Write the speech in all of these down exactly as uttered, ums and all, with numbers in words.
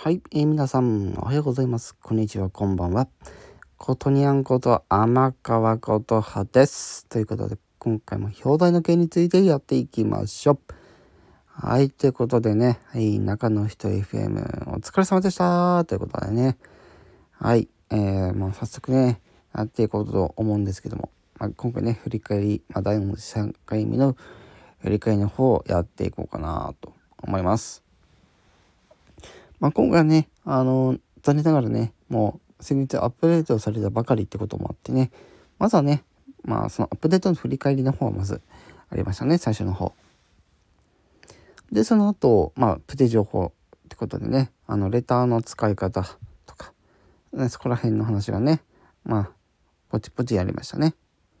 はい、えー、皆さんおはようございます。こんにちは、こんばんは。ことにゃんこと天川ことはです。ということで、今回も表題の件についてやっていきましょう。はい、ということでね、はい、中の人 エフエム お疲れ様でした。ということでね、はい、えー、もう早速ね、やっていこうと思うんですけども、まあ、今回ね、振り返り、まあ、だいさんかいめの振り返りの方をやっていこうかなと思います。まあ、今回はね、あの、残念ながらね、もう先日アップデートされたばかりってこともあってね、まずはね、まあそのアップデートの振り返りの方はまずありましたね、最初の方。で、その後、まあ、プテ情報ってことでね、あの、レターの使い方とか、ね、そこら辺の話がね、まあ、ポチポチやりましたね。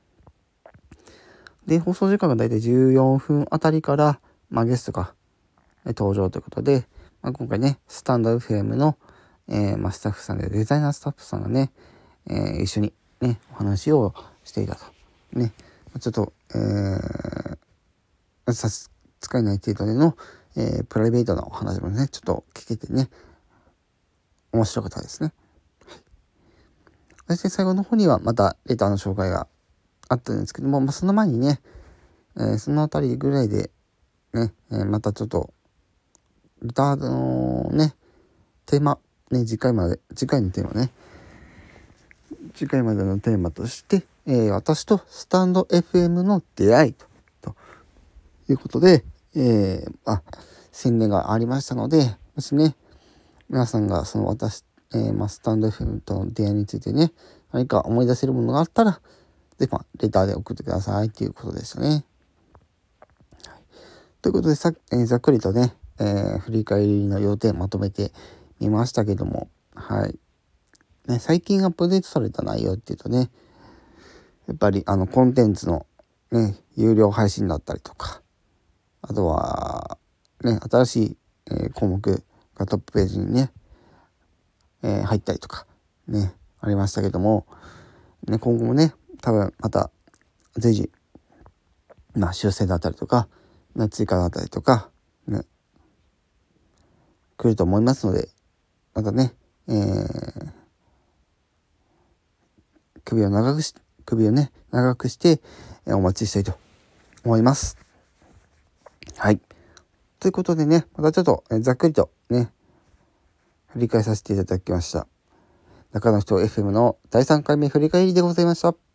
で、放送時間がだいたいじゅうよんふんあたりから、まあ、ゲストが登場ということで、まあ、今回ね、スタンド エフエム の、えーまあ、スタッフさんで、デザイナースタッフさんがね、えー、一緒にね、お話をしていたと。ね、ちょっと、えー、差し支えない程度での、えー、プライベートなお話もね、ちょっと聞けてね、面白かったですね。そして最後の方にはまたレターの紹介があったんですけども、まあ、その前にね、えー、そのあたりぐらいでね、えー、またちょっと、レターのね、テーマ、ね、次回まで、次回のテーマね、次回までのテーマとして、えー、私とスタンド エフエム の出会いと、ということで、えー、あ、宣伝がありましたので、もしね、皆さんがその私、えーまあ、スタンド エフエム との出会いについてね、何か思い出せるものがあったら、ぜひ、まあ、レターで送ってくださいということでしたね。はい、ということでさ、えー、ざっくりとね、えー、振り返りの要点まとめてみましたけども、はい。ね、最近アップデートされた内容っていうとね、やっぱりあのコンテンツのね、有料配信だったりとか、あとはね、新しい、えー、項目がトップページにね、えー、入ったりとかね、ありましたけども、ね、今後もね、多分また随時、まあ修正だったりとか、ね、追加だったりとか、ね、来ると思いますので、またね、えー、首を長くし、首をね、長くして、えー、お待ちしたいと思います。はい。ということでね、またちょっと、えー、ざっくりとね、振り返させていただきました。中の人 エフエム のだいさんかいめ振り返りでございました。